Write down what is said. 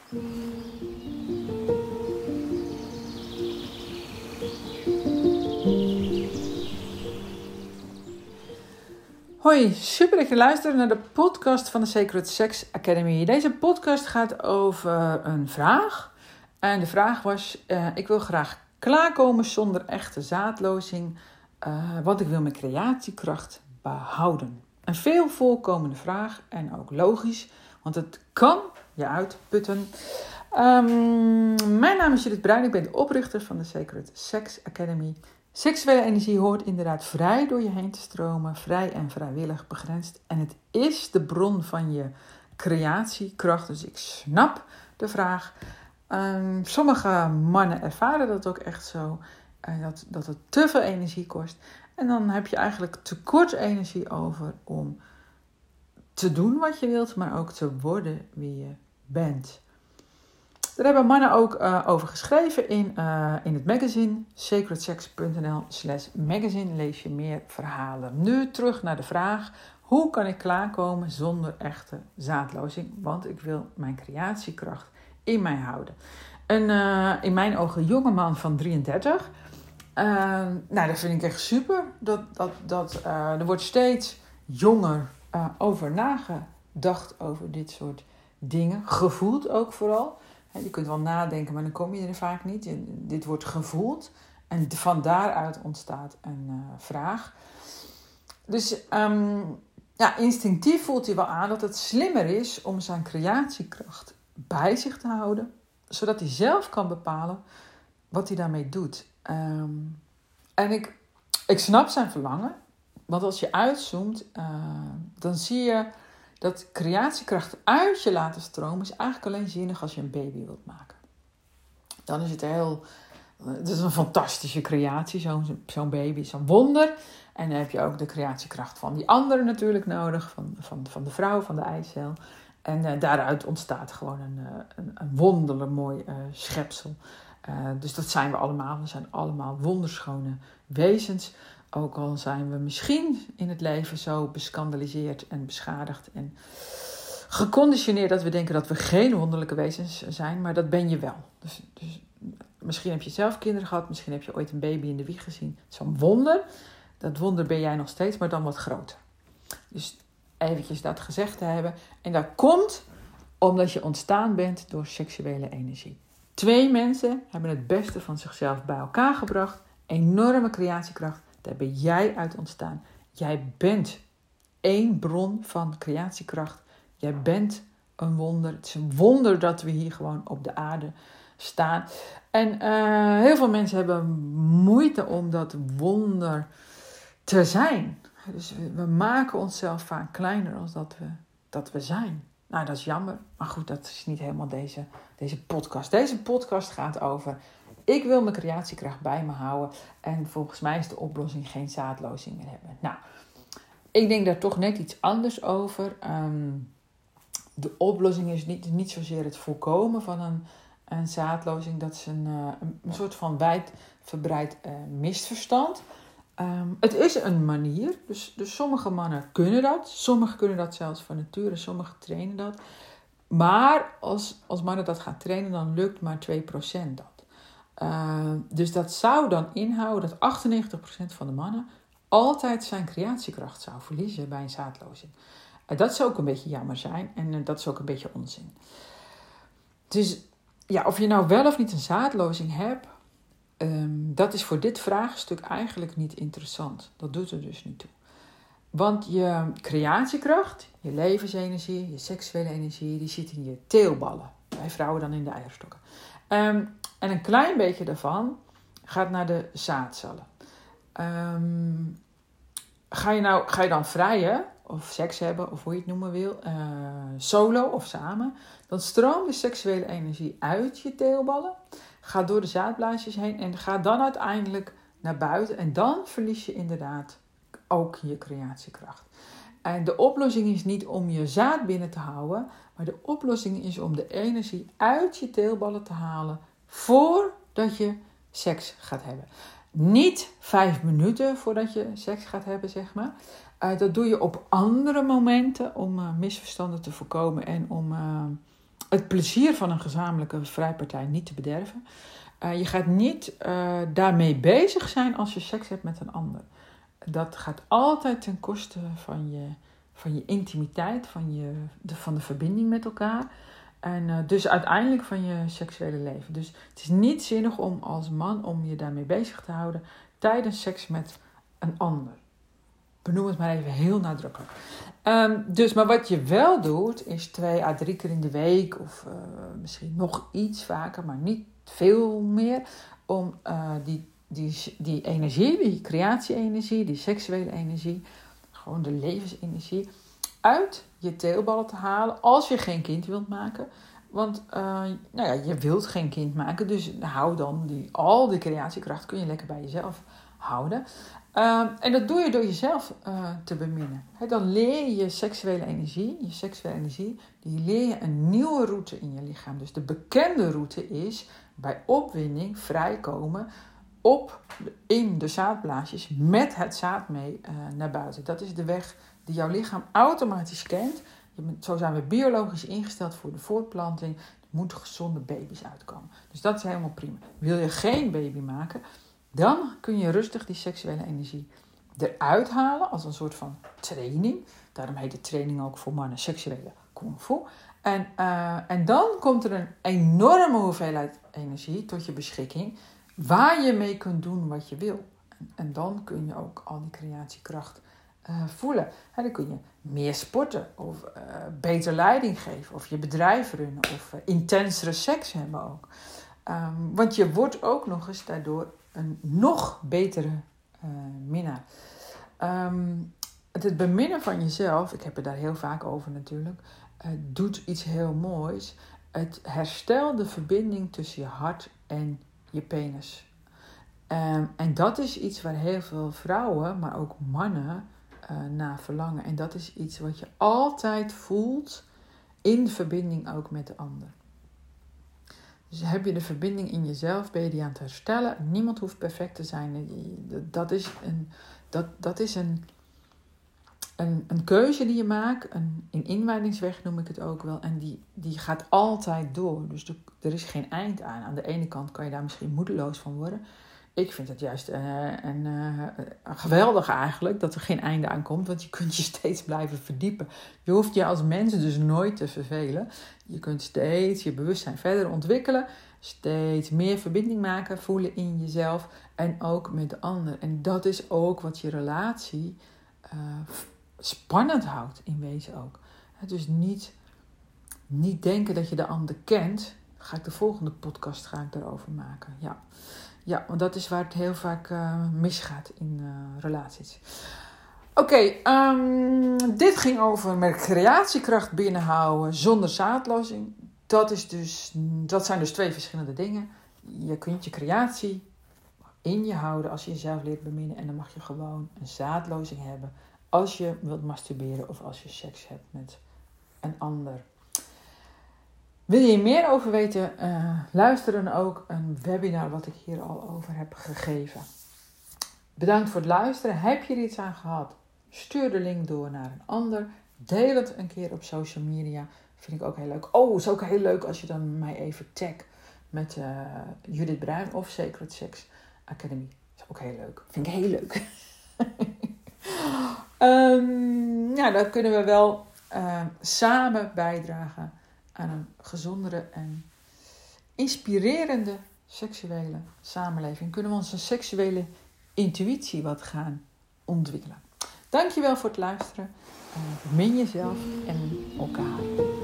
Hoi, super dat je luistert naar de podcast van de Sacred Sex Academy. Deze podcast gaat over een vraag. En de vraag was, ik wil graag klaarkomen zonder echte zaadlozing, want ik wil mijn creatiekracht behouden. Een veel voorkomende vraag en ook logisch, want het kan je uitputten. Mijn naam is Judith Bruin, ik ben de oprichter van de Sacred Sex Academy. Seksuele energie hoort inderdaad vrij door je heen te stromen, vrij en vrijwillig begrensd. En het is de bron van je creatiekracht, dus ik snap de vraag. Sommige mannen ervaren dat ook echt zo, dat het te veel energie kost. En dan heb je eigenlijk tekort energie over om te doen wat je wilt, maar ook te worden wie je bent. Daar hebben mannen ook over geschreven in het magazine. sacredsex.nl/magazine lees je meer verhalen. Nu terug naar de vraag, hoe kan ik klaarkomen zonder echte zaadlozing? Want ik wil mijn creatiekracht in mij houden. Een in mijn ogen jonge man van 33. Dat vind ik echt super. Er wordt steeds jonger over nagedacht over dit soort dingen. Gevoeld ook vooral. Je kunt wel nadenken, maar dan kom je er vaak niet. Dit wordt gevoeld en van daaruit ontstaat een vraag. Dus instinctief voelt hij wel aan dat het slimmer is om zijn creatiekracht bij zich te houden, zodat hij zelf kan bepalen wat hij daarmee doet. En ik snap zijn verlangen, want als je uitzoomt, dan zie je dat creatiekracht uit je laten stromen is eigenlijk alleen zinnig als je een baby wilt maken. Dan is het het is een fantastische creatie, zo'n baby is een wonder. En dan heb je ook de creatiekracht van die andere natuurlijk nodig, van de vrouw, van de eicel. En daaruit ontstaat gewoon een wonderlijk mooi schepsel. Dus dat zijn we allemaal. We zijn allemaal wonderschone wezens. Ook al zijn we misschien in het leven zo bescandaliseerd en beschadigd en geconditioneerd dat we denken dat we geen wonderlijke wezens zijn, maar dat ben je wel. Dus misschien heb je zelf kinderen gehad, misschien heb je ooit een baby in de wieg gezien. Zo'n wonder, dat wonder ben jij nog steeds, maar dan wat groter. Dus eventjes dat gezegd te hebben. En dat komt omdat je ontstaan bent door seksuele energie. 2 mensen hebben het beste van zichzelf bij elkaar gebracht. Enorme creatiekracht. Daar ben jij uit ontstaan. Jij bent één bron van creatiekracht. Jij bent een wonder. Het is een wonder dat we hier gewoon op de aarde staan. En heel veel mensen hebben moeite om dat wonder te zijn. Dus we maken onszelf vaak kleiner dan dat we zijn. Nou, dat is jammer. Maar goed, dat is niet helemaal deze podcast. Deze podcast gaat over, ik wil mijn creatiekracht bij me houden. En volgens mij is de oplossing geen zaadlozing meer hebben. Nou, ik denk daar toch net iets anders over. De oplossing is niet zozeer het voorkomen van een zaadlozing. Dat is een soort van wijdverbreid misverstand. Het is een manier. Dus sommige mannen kunnen dat. Sommigen kunnen dat zelfs van nature. Sommigen trainen dat. Maar als mannen dat gaan trainen, dan lukt maar 2% dat. Dus dat zou dan inhouden dat 98% van de mannen altijd zijn creatiekracht zou verliezen bij een zaadlozing. Dat zou ook een beetje jammer zijn en dat is ook een beetje onzin. Dus ja, of je nou wel of niet een zaadlozing hebt, dat is voor dit vraagstuk eigenlijk niet interessant. Dat doet er dus niet toe. Want je creatiekracht, je levensenergie, je seksuele energie, die zit in je teelballen. Bij vrouwen dan in de eierstokken. En een klein beetje daarvan gaat naar de zaadcellen. Ga je dan vrijen, of seks hebben, of hoe je het noemen wil, solo of samen, dan stroomt de seksuele energie uit je teelballen, gaat door de zaadblaasjes heen en gaat dan uiteindelijk naar buiten. En dan verlies je inderdaad ook je creatiekracht. En de oplossing is niet om je zaad binnen te houden, maar de oplossing is om de energie uit je teelballen te halen voordat je seks gaat hebben. Niet 5 minuten voordat je seks gaat hebben, zeg maar. Dat doe je op andere momenten om misverstanden te voorkomen en om het plezier van een gezamenlijke vrijpartij niet te bederven. Je gaat niet daarmee bezig zijn als je seks hebt met een ander. Dat gaat altijd ten koste van je intimiteit, van de verbinding met elkaar. En dus uiteindelijk van je seksuele leven. Dus het is niet zinnig om als man om je daarmee bezig te houden tijdens seks met een ander. Benoem het maar even heel nadrukkelijk. Maar wat je wel doet, is 2 à 3 keer in de week, of misschien nog iets vaker, maar niet veel meer, om die energie, die creatie-energie, die seksuele energie, gewoon de levensenergie, uit je teelballen te halen als je geen kind wilt maken. Want je wilt geen kind maken, dus hou dan al die creatiekracht kun je lekker bij jezelf houden. En dat doe je door jezelf te beminnen. Dan leer je seksuele energie, die leer je een nieuwe route in je lichaam. Dus de bekende route is bij opwinding vrijkomen in de zaadblaasjes met het zaad mee naar buiten. Dat is de weg die jouw lichaam automatisch kent. Zo zijn we biologisch ingesteld voor de voortplanting. Er moeten gezonde baby's uitkomen. Dus dat is helemaal prima. Wil je geen baby maken, dan kun je rustig die seksuele energie eruit halen als een soort van training. Daarom heet de training ook voor mannen seksuele kung fu. En dan komt er een enorme hoeveelheid energie tot je beschikking, waar je mee kunt doen wat je wil. En dan kun je ook al die creatiekracht voelen. Dan kun je meer sporten, of beter leiding geven, of je bedrijf runnen, of intensere seks hebben ook. Want je wordt ook nog eens daardoor een nog betere minnaar. Het beminnen van jezelf, ik heb het daar heel vaak over natuurlijk, doet iets heel moois. Het herstelt de verbinding tussen je hart en je penis. En dat is iets waar heel veel vrouwen, maar ook mannen, naar verlangen. En dat is iets wat je altijd voelt in verbinding ook met de ander. Dus heb je de verbinding in jezelf, ben je die aan het herstellen. Niemand hoeft perfect te zijn. Dat is een keuze die je maakt. Een inwijdingsweg noem ik het ook wel. En die gaat altijd door. Dus er is geen eind aan. Aan de ene kant kan je daar misschien moedeloos van worden. Ik vind het juist geweldig eigenlijk dat er geen einde aan komt. Want je kunt je steeds blijven verdiepen. Je hoeft je als mens dus nooit te vervelen. Je kunt steeds je bewustzijn verder ontwikkelen. Steeds meer verbinding maken, voelen in jezelf en ook met de ander. En dat is ook wat je relatie spannend houdt in wezen ook. Dus niet denken dat je de ander kent. Ga ik de volgende podcast daarover maken. Ja, want dat is waar het heel vaak misgaat in relaties. Oké, dit ging over met creatiekracht binnenhouden zonder zaadlozing. Dat zijn dus 2 verschillende dingen. Je kunt je creatie in je houden als je jezelf leert beminnen. En dan mag je gewoon een zaadlozing hebben als je wilt masturberen of als je seks hebt met een ander. Wil je hier meer over weten? Luister dan ook een webinar wat ik hier al over heb gegeven. Bedankt voor het luisteren. Heb je er iets aan gehad? Stuur de link door naar een ander. Deel het een keer op social media. Vind ik ook heel leuk. Oh, is ook heel leuk als je dan mij even tagt met Judith Bruin of Sacred Sex Academy. Is ook heel leuk. Vind ik heel leuk. Dan kunnen we wel samen bijdragen aan een gezondere en inspirerende seksuele samenleving. Kunnen we onze seksuele intuïtie wat gaan ontwikkelen. Dankjewel voor het luisteren. Bemin jezelf en elkaar.